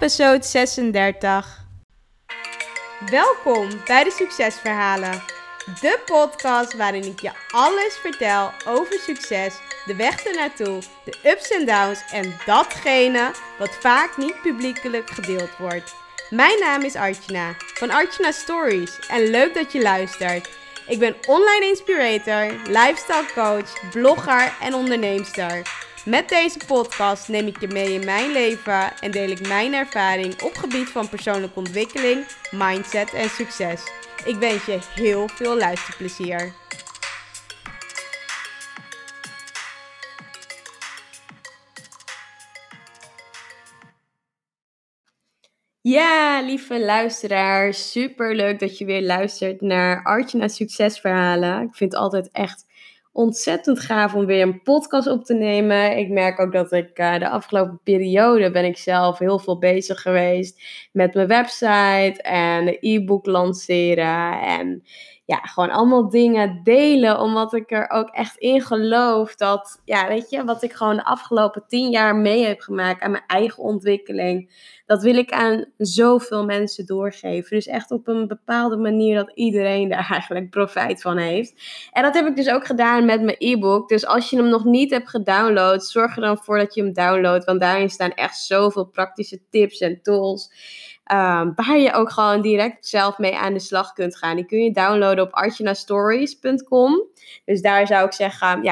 episode 36. Welkom bij de Succesverhalen. De podcast waarin ik je alles vertel over succes, de weg ernaartoe, de ups en downs en datgene wat vaak niet publiekelijk gedeeld wordt. Mijn naam is Archana van Archana Stories en leuk dat je luistert. Ik ben online inspirator, lifestyle coach, blogger en onderneemster. Met deze podcast neem ik je mee in mijn leven en deel ik mijn ervaring op gebied van persoonlijke ontwikkeling, mindset en succes. Ik wens je heel veel luisterplezier. Ja, lieve luisteraar, super leuk dat je weer luistert naar Archana Succesverhalen. Ik vind het altijd echt ontzettend gaaf om weer een podcast op te nemen. Ik merk ook dat ik de afgelopen periode ben ik zelf heel veel bezig geweest met mijn website en een e-book lanceren en ja, gewoon allemaal dingen delen, omdat ik er ook echt in geloof dat, ja, weet je, wat ik gewoon de afgelopen 10 jaar mee heb gemaakt aan mijn eigen ontwikkeling, dat wil ik aan zoveel mensen doorgeven. Dus echt op een bepaalde manier dat iedereen daar eigenlijk profijt van heeft. En dat heb ik dus ook gedaan met mijn e-book. Dus als je hem nog niet hebt gedownload, zorg er dan voor dat je hem downloadt. Want daarin staan echt zoveel praktische tips en tools. Waar je ook gewoon direct zelf mee aan de slag kunt gaan. Die kun je downloaden op archanastories.com. Dus daar zou ik zeggen,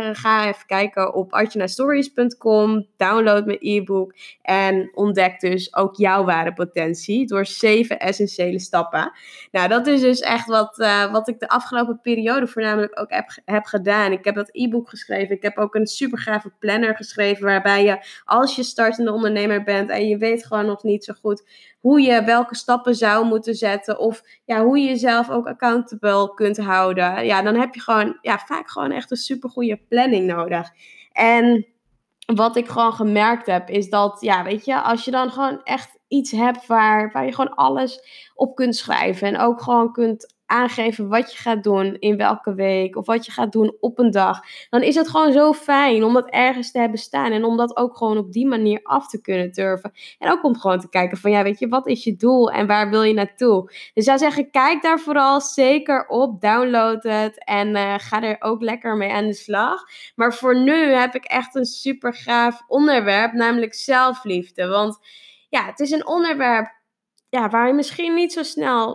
ga even kijken op archanastories.com. Download mijn e-book en ontdek dus ook jouw ware potentie door 7 essentiële stappen. Nou, dat is dus echt wat ik de afgelopen periode voornamelijk ook heb gedaan. Ik heb dat e-book geschreven. Ik heb ook een super gave planner geschreven waarbij je, als je startende ondernemer bent en je weet gewoon nog niet zo goed hoe je welke stappen zou moeten zetten of ja, hoe je jezelf ook accountable kunt houden. Ja, dan heb je gewoon vaak gewoon echt een super goede planning nodig. En wat ik gewoon gemerkt heb is dat, ja, weet je, als je dan gewoon echt iets hebt waar je gewoon alles op kunt schrijven en ook gewoon kunt aangeven wat je gaat doen in welke week of wat je gaat doen op een dag, dan is het gewoon zo fijn om dat ergens te hebben staan en om dat ook gewoon op die manier af te kunnen durven. En ook om gewoon te kijken van, ja, weet je, wat is je doel en waar wil je naartoe? Dus ik zou zeggen, kijk daar vooral zeker op, download het en ga er ook lekker mee aan de slag. Maar voor nu heb ik echt een super gaaf onderwerp, namelijk zelfliefde. Want ja, het is een onderwerp waar je misschien niet zo snel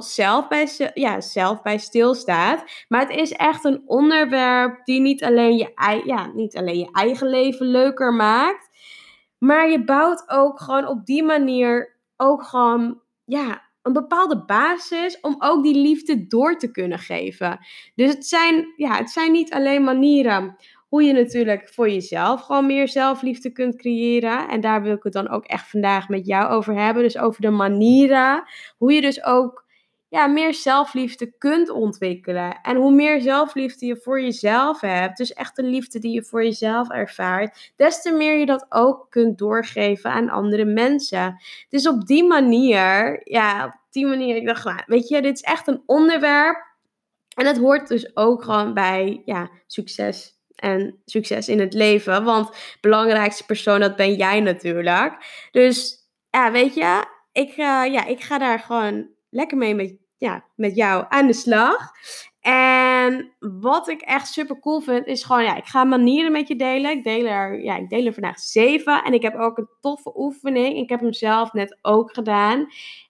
zelf bij stilstaat. Maar het is echt een onderwerp die niet alleen je eigen leven leuker maakt. Maar je bouwt ook gewoon op die manier ook gewoon een bepaalde basis om ook die liefde door te kunnen geven. Dus het zijn niet alleen manieren hoe je natuurlijk voor jezelf gewoon meer zelfliefde kunt creëren. En daar wil ik het dan ook echt vandaag met jou over hebben. Dus over de manieren hoe je dus ook meer zelfliefde kunt ontwikkelen. En hoe meer zelfliefde je voor jezelf hebt, dus echt de liefde die je voor jezelf ervaart, des te meer je dat ook kunt doorgeven aan andere mensen. Dus op die manier, ik dacht, weet je, dit is echt een onderwerp. En het hoort dus ook gewoon bij succes. En succes in het leven. Want de belangrijkste persoon, dat ben jij natuurlijk. Dus weet je, ik ga daar gewoon lekker mee met jou aan de slag. En wat ik echt super cool vind, is gewoon, ik ga manieren met je delen. Ik deel er vandaag 7. En ik heb ook een toffe oefening. Ik heb hem zelf net ook gedaan.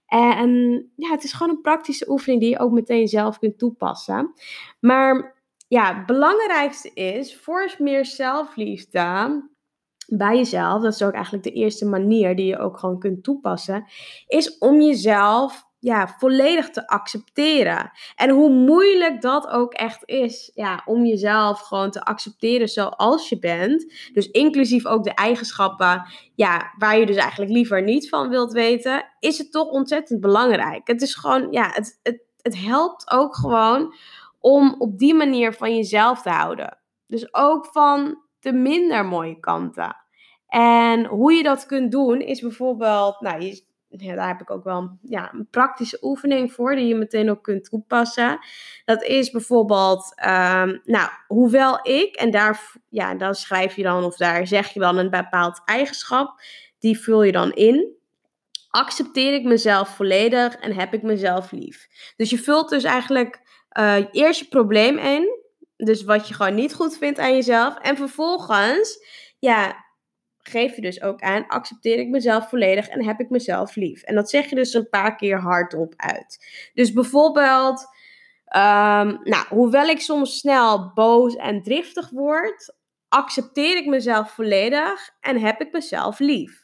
En het is gewoon een praktische oefening die je ook meteen zelf kunt toepassen. Maar het belangrijkste is, voor meer zelfliefde bij jezelf, dat is ook eigenlijk de eerste manier die je ook gewoon kunt toepassen, is om jezelf volledig te accepteren. En hoe moeilijk dat ook echt is, om jezelf gewoon te accepteren zoals je bent, dus inclusief ook de eigenschappen, waar je dus eigenlijk liever niets van wilt weten, is het toch ontzettend belangrijk. Het is gewoon, het helpt ook gewoon om op die manier van jezelf te houden. Dus ook van de minder mooie kanten. En hoe je dat kunt doen is bijvoorbeeld, daar heb ik ook wel een praktische oefening voor die je meteen ook kunt toepassen. Dat is bijvoorbeeld, hoewel ik, en daar schrijf je dan of daar zeg je dan een bepaald eigenschap, die vul je dan in. accepteer ik mezelf volledig en heb ik mezelf lief. Dus je vult dus eigenlijk eerst je probleem in. Dus wat je gewoon niet goed vindt aan jezelf. En vervolgens, ja, geef je dus ook aan, accepteer ik mezelf volledig en heb ik mezelf lief. En dat zeg je dus een paar keer hardop uit. Dus bijvoorbeeld, hoewel ik soms snel boos en driftig word, accepteer ik mezelf volledig en heb ik mezelf lief.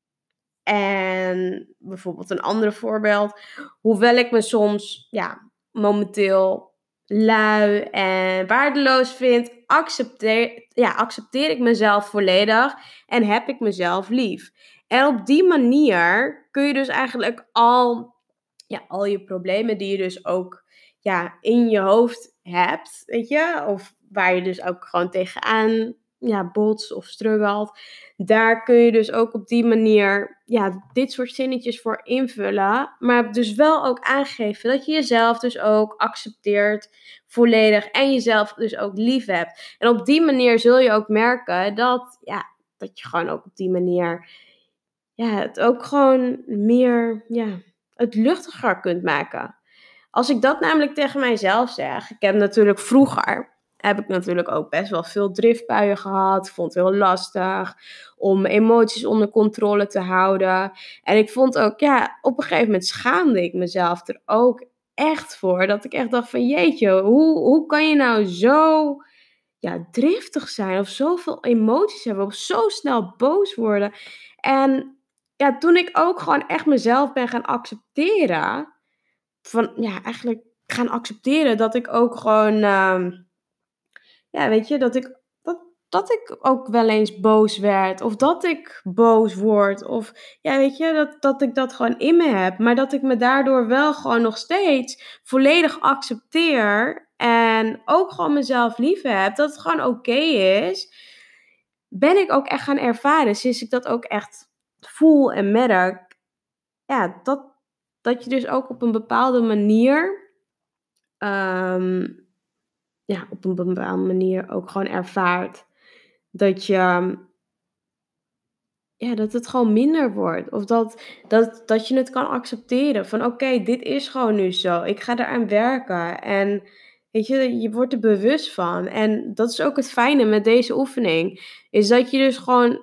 En bijvoorbeeld een ander voorbeeld. Hoewel ik me soms momenteel lui en waardeloos vind, accepteer ik mezelf volledig en heb ik mezelf lief. En op die manier kun je dus eigenlijk al je problemen die je dus ook in je hoofd hebt, weet je, of waar je dus ook gewoon tegenaan botst of struggelt, daar kun je dus ook op die manier dit soort zinnetjes voor invullen, maar dus wel ook aangeven dat je jezelf dus ook accepteert volledig en jezelf dus ook lief hebt. En op die manier zul je ook merken dat je gewoon ook op die manier het ook gewoon meer het luchtiger kunt maken. Als ik dat namelijk tegen mijzelf zeg, heb ik natuurlijk ook best wel veel driftbuien gehad. Ik vond het heel lastig om emoties onder controle te houden. En ik vond ook, op een gegeven moment schaamde ik mezelf er ook echt voor. Dat ik echt dacht van, jeetje, hoe kan je nou zo driftig zijn of zoveel emoties hebben of zo snel boos worden? En toen ik ook gewoon echt mezelf ben gaan accepteren, eigenlijk gaan accepteren dat ik ook gewoon, weet je, dat ik ook wel eens boos werd. Of dat ik boos word. Of weet je, dat ik dat gewoon in me heb. Maar dat ik me daardoor wel gewoon nog steeds volledig accepteer. En ook gewoon mezelf lief heb. Dat het gewoon oké is. Ben ik ook echt gaan ervaren. Sinds ik dat ook echt voel en merk. Dat je dus ook op een bepaalde manier op een bepaalde manier ook gewoon ervaart dat je, dat het gewoon minder wordt. Of dat je het kan accepteren. Van oké, dit is gewoon nu zo. Ik ga eraan werken. En weet je wordt er bewust van. En dat is ook het fijne met deze oefening. Is dat je dus gewoon,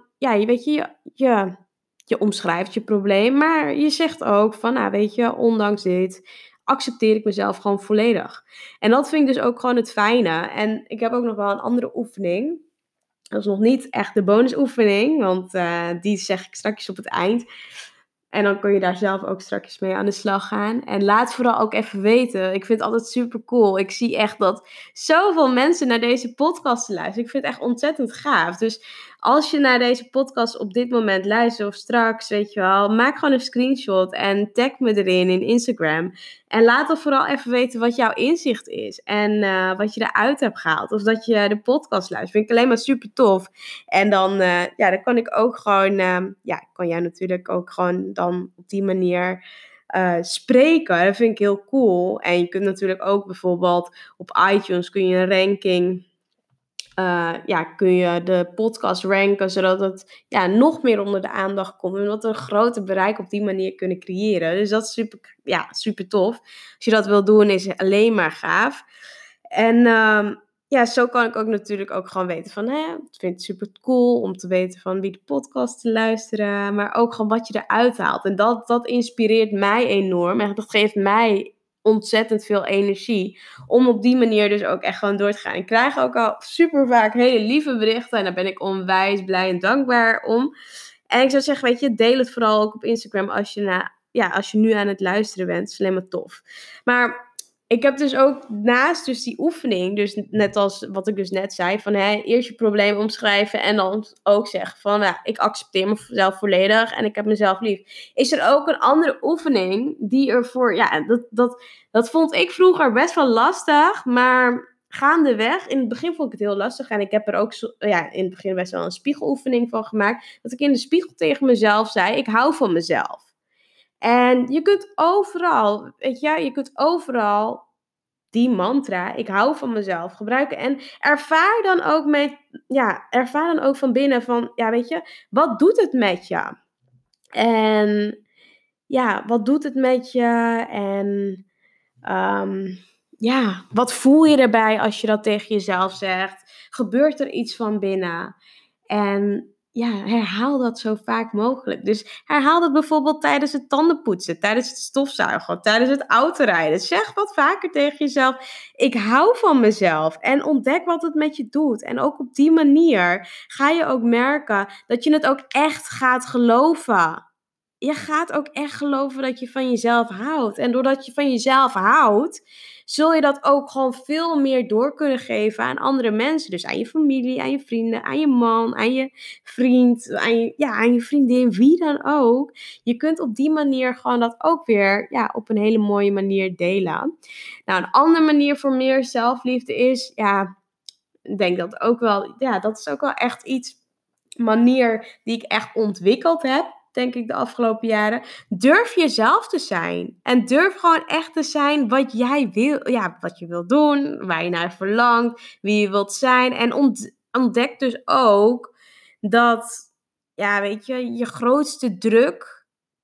je omschrijft je probleem. Maar je zegt ook van, weet je, ondanks dit accepteer ik mezelf gewoon volledig. En dat vind ik dus ook gewoon het fijne. En ik heb ook nog wel een andere oefening. Dat is nog niet echt de bonusoefening, want die zeg ik straks op het eind. En dan kun je daar zelf ook straks mee aan de slag gaan. En laat vooral ook even weten. Ik vind het altijd super cool. Ik zie echt dat zoveel mensen naar deze podcast luisteren. Ik vind het echt ontzettend gaaf. Dus als je naar deze podcast op dit moment luistert of straks, weet je wel, maak gewoon een screenshot en tag me erin in Instagram. En laat dan vooral even weten wat jouw inzicht is. En wat je eruit hebt gehaald. Of dat je de podcast luistert. Vind ik alleen maar super tof. En dan, dan kan ik ook gewoon, ik kan jou natuurlijk ook gewoon dan op die manier spreken. Dat vind ik heel cool. En je kunt natuurlijk ook bijvoorbeeld op iTunes kun je een ranking, kun je de podcast ranken, zodat het nog meer onder de aandacht komt. En dat we een groter bereik op die manier kunnen creëren. Dus dat is super tof. Als je dat wil doen, is het alleen maar gaaf. En zo kan ik ook natuurlijk ook gewoon weten van, ik vind het super cool om te weten van wie de podcast te luisteren, maar ook gewoon wat je eruit haalt. En dat inspireert mij enorm en dat geeft mij ontzettend veel energie om op die manier dus ook echt gewoon door te gaan. Ik krijg ook al super vaak hele lieve berichten en daar ben ik onwijs blij en dankbaar om. En ik zou zeggen, weet je, deel het vooral ook op Instagram als je nu aan het luisteren bent. Dat is alleen maar tof. Maar ik heb dus ook naast dus die oefening, dus net als wat ik dus net zei, van eerst je probleem omschrijven en dan ook zeggen van, ik accepteer mezelf volledig en ik heb mezelf lief. Is er ook een andere oefening die ervoor, dat vond ik vroeger best wel lastig, maar gaandeweg, in het begin vond ik het heel lastig en ik heb er ook in het begin best wel een spiegeloefening van gemaakt, dat ik in de spiegel tegen mezelf zei, ik hou van mezelf. En je kunt overal, die mantra, ik hou van mezelf, gebruiken. En ervaar dan ook van binnen van, weet je, wat doet het met je? En ja, wat doet het met je? En Ehm, ja, wat voel je erbij als je dat tegen jezelf zegt? Gebeurt er iets van binnen? En ja, herhaal dat zo vaak mogelijk. Dus herhaal dat bijvoorbeeld tijdens het tandenpoetsen, tijdens het stofzuigen, tijdens het autorijden. Zeg wat vaker tegen jezelf: ik hou van mezelf. En ontdek wat het met je doet. En ook op die manier ga je ook merken dat je het ook echt gaat geloven. Je gaat ook echt geloven dat je van jezelf houdt. En doordat je van jezelf houdt, zul je dat ook gewoon veel meer door kunnen geven aan andere mensen. Dus aan je familie, aan je vrienden, aan je man, aan je vriend, aan je vriendin, wie dan ook. Je kunt op die manier gewoon dat ook weer op een hele mooie manier delen. Nou, een andere manier voor meer zelfliefde is, ik denk dat ook wel, dat is ook wel echt iets, manier die ik echt ontwikkeld heb, denk ik, de afgelopen jaren. Durf jezelf te zijn. En durf gewoon echt te zijn wat jij wil. Ja, wat je wilt doen, waar je naar verlangt, wie je wilt zijn. En ontdek dus ook dat, weet je grootste druk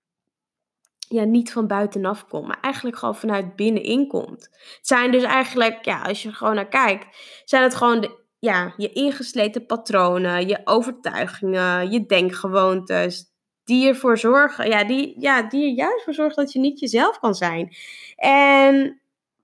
niet van buitenaf komt, maar eigenlijk gewoon vanuit binnenin komt. Het zijn dus eigenlijk, als je er gewoon naar kijkt, zijn het gewoon je ingesleten patronen, je overtuigingen, je denkgewoontes, die ervoor zorgen, die er juist voor zorgen dat je niet jezelf kan zijn. En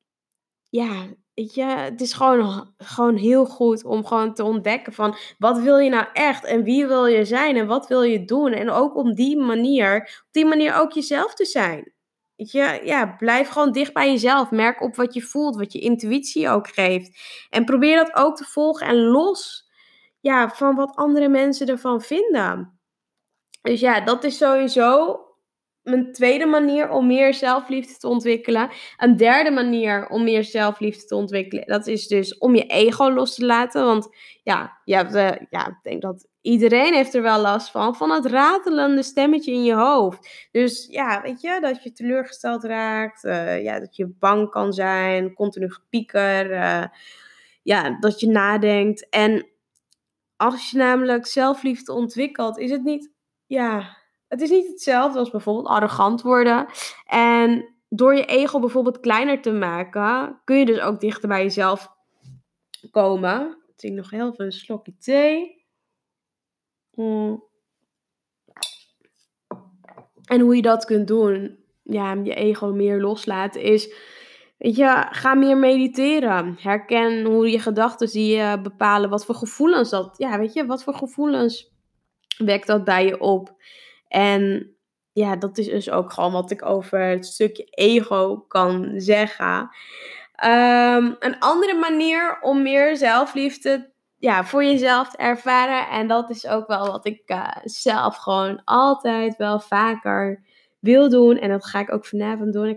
weet je, het is gewoon heel goed om gewoon te ontdekken van, wat wil je nou echt en wie wil je zijn en wat wil je doen? En ook op die manier ook jezelf te zijn. Weet je, blijf gewoon dicht bij jezelf. Merk op wat je voelt, wat je intuïtie ook geeft. En probeer dat ook te volgen en los van wat andere mensen ervan vinden. Dus dat is sowieso mijn tweede manier om meer zelfliefde te ontwikkelen. Een derde manier om meer zelfliefde te ontwikkelen, dat is dus om je ego los te laten. Want je hebt, ik denk dat iedereen heeft er wel last van het ratelende stemmetje in je hoofd. Dus weet je, dat je teleurgesteld raakt, dat je bang kan zijn, continu gepieker, dat je nadenkt. En als je namelijk zelfliefde ontwikkelt, is het niet, het is niet hetzelfde als bijvoorbeeld arrogant worden. En door je ego bijvoorbeeld kleiner te maken, kun je dus ook dichter bij jezelf komen. Ik drink nog heel even een slokje thee. En hoe je dat kunt doen, je ego meer loslaten, is, weet je, ga meer mediteren. Herken hoe je gedachten die je bepalen, wat voor gevoelens dat, weet je, wat voor gevoelens wekt dat bij je op. En dat is dus ook gewoon wat ik over het stukje ego kan zeggen. Een andere manier om meer zelfliefde voor jezelf te ervaren. En dat is ook wel wat ik zelf gewoon altijd wel vaker wil doen. En dat ga ik ook vanavond doen.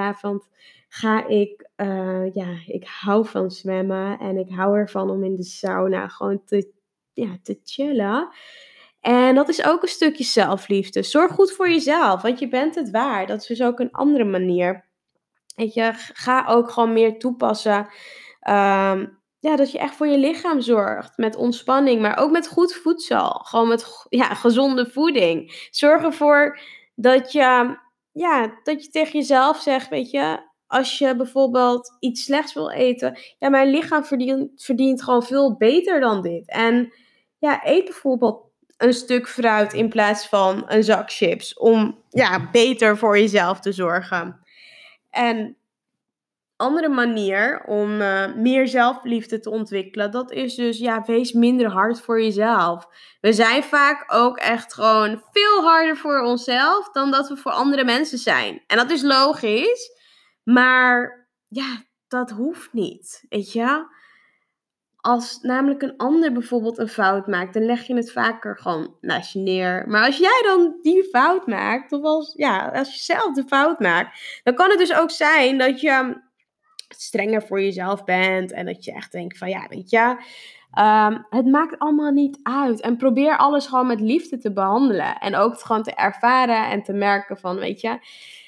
Ik hou van zwemmen. En ik hou ervan om in de sauna gewoon te chillen. En dat is ook een stukje zelfliefde. Zorg goed voor jezelf, want je bent het waard. Dat is dus ook een andere manier. Weet je, ga ook gewoon meer toepassen. Dat je echt voor je lichaam zorgt. Met ontspanning, maar ook met goed voedsel. Gewoon met gezonde voeding. Zorg ervoor dat je tegen jezelf zegt, weet je, als je bijvoorbeeld iets slechts wil eten. Mijn lichaam verdient gewoon veel beter dan dit. En eet bijvoorbeeld een stuk fruit in plaats van een zak chips. Om beter voor jezelf te zorgen. En andere manier om meer zelfliefde te ontwikkelen, dat is dus, wees minder hard voor jezelf. We zijn vaak ook echt gewoon veel harder voor onszelf dan dat we voor andere mensen zijn. En dat is logisch, maar dat hoeft niet, weet je. Als namelijk een ander bijvoorbeeld een fout maakt, dan leg je het vaker gewoon naast je neer. Maar als jij dan die fout maakt, of als je zelf de fout maakt, dan kan het dus ook zijn dat je strenger voor jezelf bent. En dat je echt denkt van, weet je, het maakt allemaal niet uit. En probeer alles gewoon met liefde te behandelen. En ook gewoon te ervaren en te merken van, weet je,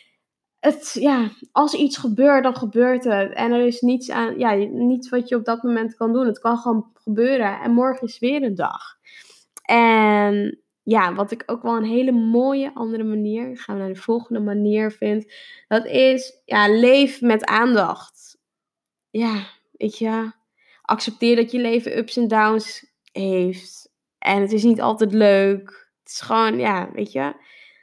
als iets gebeurt, dan gebeurt het. En er is niets niets wat je op dat moment kan doen. Het kan gewoon gebeuren. En morgen is weer een dag. En ja, wat ik ook wel een hele mooie andere manier, gaan we naar de volgende manier vind, dat is, ja, leef met aandacht. Ja, weet je, accepteer dat je leven ups en downs heeft. En het is niet altijd leuk. Het is gewoon, ja, weet je,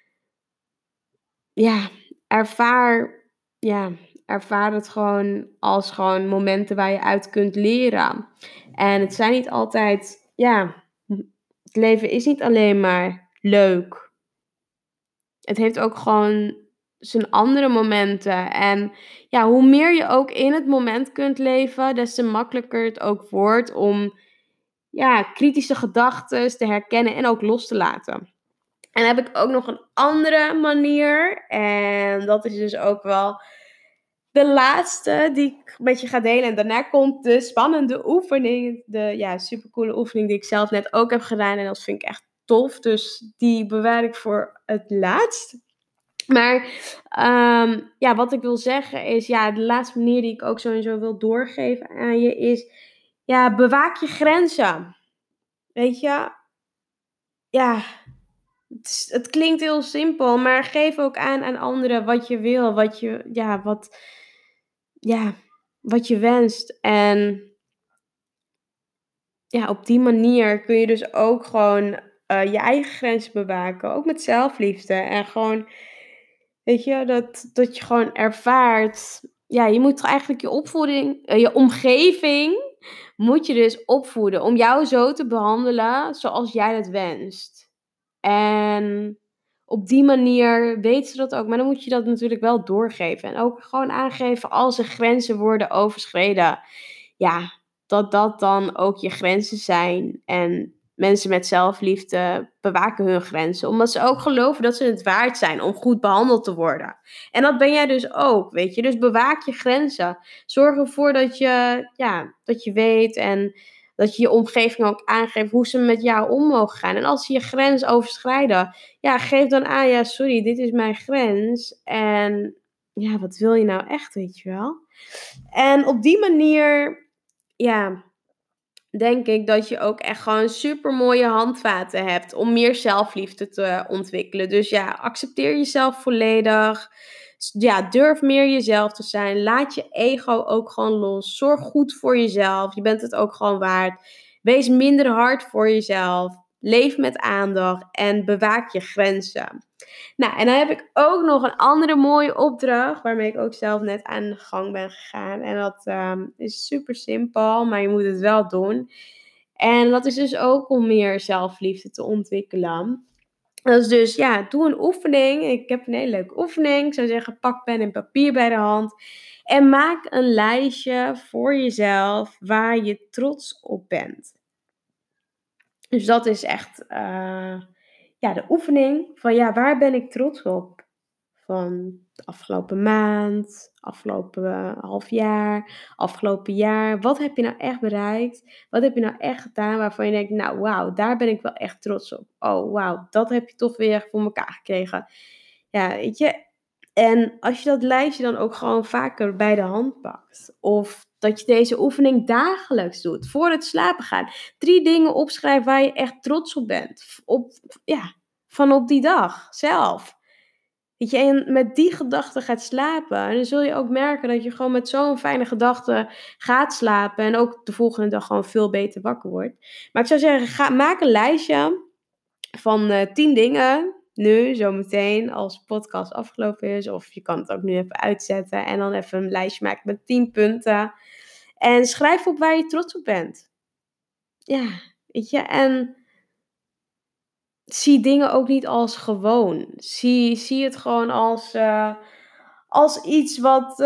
ja, ervaar, ja, ervaar het gewoon als gewoon momenten waar je uit kunt leren. En het zijn niet altijd, ja, het leven is niet alleen maar leuk. Het heeft ook gewoon zijn andere momenten. En ja, hoe meer je ook in het moment kunt leven, des te makkelijker het ook wordt om, ja, kritische gedachten te herkennen en ook los te laten. En dan heb ik ook nog een andere manier. En dat is dus ook wel de laatste die ik met je ga delen. En daarna komt de spannende oefening. De, ja, supercoole oefening die ik zelf net ook heb gedaan. En dat vind ik echt tof. Dus die bewaar ik voor het laatst. Maar ja, wat ik wil zeggen is, ja, de laatste manier die ik ook sowieso wil doorgeven aan je is, ja, bewaak je grenzen. Weet je? Ja, het klinkt heel simpel, maar geef ook aan anderen wat je wil, ja, wat je wenst. En ja, op die manier kun je dus ook gewoon je eigen grenzen bewaken, ook met zelfliefde. En gewoon, weet je, dat je gewoon ervaart, ja, je moet toch eigenlijk je opvoeding, je omgeving moet je dus opvoeden om jou zo te behandelen zoals jij dat wenst. En op die manier weten ze dat ook, maar dan moet je dat natuurlijk wel doorgeven. En ook gewoon aangeven als er grenzen worden overschreden. Ja, dat dat dan ook je grenzen zijn. En mensen met zelfliefde bewaken hun grenzen, omdat ze ook geloven dat ze het waard zijn om goed behandeld te worden. En dat ben jij dus ook, weet je. Dus bewaak je grenzen. Zorg ervoor dat je, ja, dat je weet en dat je je omgeving ook aangeeft hoe ze met jou om mogen gaan. En als ze je grens overschrijden, ja, geef dan aan, ja, sorry, dit is mijn grens. En ja, wat wil je nou echt, weet je wel? En op die manier, ja, denk ik dat je ook echt gewoon super mooie handvaten hebt om meer zelfliefde te ontwikkelen. Dus ja, accepteer jezelf volledig. Ja, durf meer jezelf te zijn. Laat je ego ook gewoon los. Zorg goed voor jezelf. Je bent het ook gewoon waard. Wees minder hard voor jezelf. Leef met aandacht en bewaak je grenzen. Nou, en dan heb ik ook nog een andere mooie opdracht, waarmee ik ook zelf net aan de gang ben gegaan. En dat is super simpel, maar je moet het wel doen. En dat is dus ook om meer zelfliefde te ontwikkelen. Dat is dus, ja, doe een oefening. Ik heb een hele leuke oefening. Ik zou zeggen, pak pen en papier bij de hand. En maak een lijstje voor jezelf waar je trots op bent. Dus dat is echt ja, de oefening van, ja, waar ben ik trots op? Van de afgelopen maand, afgelopen half jaar, afgelopen jaar. Wat heb je nou echt bereikt? Wat heb je nou echt gedaan waarvan je denkt, nou wauw, daar ben ik wel echt trots op. Oh wauw, dat heb je toch weer voor elkaar gekregen. Ja, weet je. En als je dat lijstje dan ook gewoon vaker bij de hand pakt. Of dat je deze oefening dagelijks doet, voor het slapen gaan. 3 dingen opschrijf waar je echt trots op bent. Ja, van op die dag zelf. Weet je, en met die gedachte gaat slapen. En dan zul je ook merken dat je gewoon met zo'n fijne gedachte gaat slapen. En ook de volgende dag gewoon veel beter wakker wordt. Maar ik zou zeggen, maak een lijstje van 10 dingen. Nu, zometeen, als de podcast afgelopen is. Of je kan het ook nu even uitzetten. En dan even een lijstje maken met 10 punten. En schrijf op waar je trots op bent. Ja, weet je. En zie dingen ook niet als gewoon. Zie het gewoon als iets wat,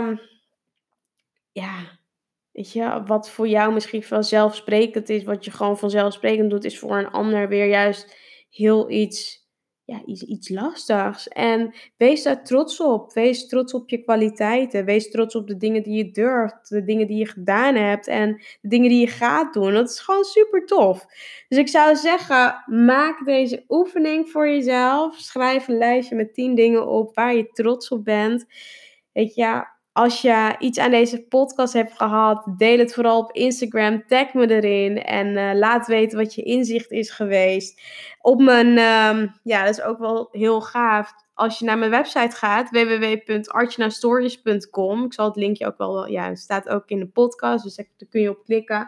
ja, weet je, wat voor jou misschien vanzelfsprekend is, wat je gewoon vanzelfsprekend doet, is voor een ander weer juist heel iets lastigs. En wees daar trots op. Wees trots op je kwaliteiten. Wees trots op de dingen die je durft, de dingen die je gedaan hebt en de dingen die je gaat doen. Dat is gewoon super tof. Dus ik zou zeggen, maak deze oefening voor jezelf. Schrijf een lijstje met 10 dingen op waar je trots op bent. Weet je, ja, Als je iets aan deze podcast hebt gehad, deel het vooral op Instagram. Tag me erin en laat weten wat je inzicht is geweest. Op mijn, ja, dat is ook wel heel gaaf. Als je naar mijn website gaat, www.artjanastories.com. Ik zal het linkje ook wel, ja, het staat ook in de podcast, dus daar kun je op klikken.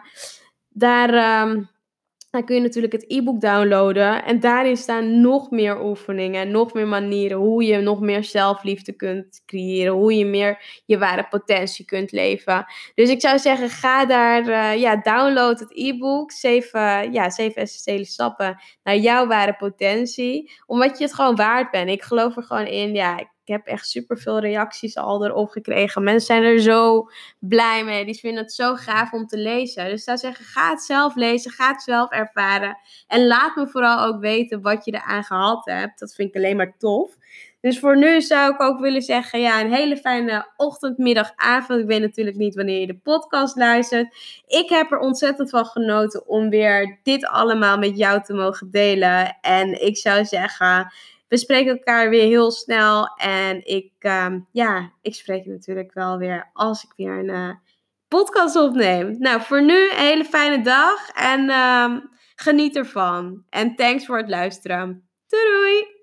Daar kun je natuurlijk het e-book downloaden. En daarin staan nog meer oefeningen en nog meer manieren hoe je nog meer zelfliefde kunt creëren. Hoe je meer je ware potentie kunt leven. Dus ik zou zeggen, ga daar, download het e-book. 7 essentiële stappen naar jouw ware potentie. Omdat je het gewoon waard bent. Ik geloof er gewoon in, ja, ik heb echt superveel reacties al erop gekregen. Mensen zijn er zo blij mee. Die vinden het zo gaaf om te lezen. Dus ik zou zeggen, ga het zelf lezen. Ga het zelf ervaren. En laat me vooral ook weten wat je eraan gehad hebt. Dat vind ik alleen maar tof. Dus voor nu zou ik ook willen zeggen, ja, een hele fijne ochtend, middag, avond. Ik weet natuurlijk niet wanneer je de podcast luistert. Ik heb er ontzettend van genoten om weer dit allemaal met jou te mogen delen. En ik zou zeggen, we spreken elkaar weer heel snel. En ik spreek je natuurlijk wel weer als ik weer een podcast opneem. Nou, voor nu een hele fijne dag. En geniet ervan. En thanks voor het luisteren. Doei doei!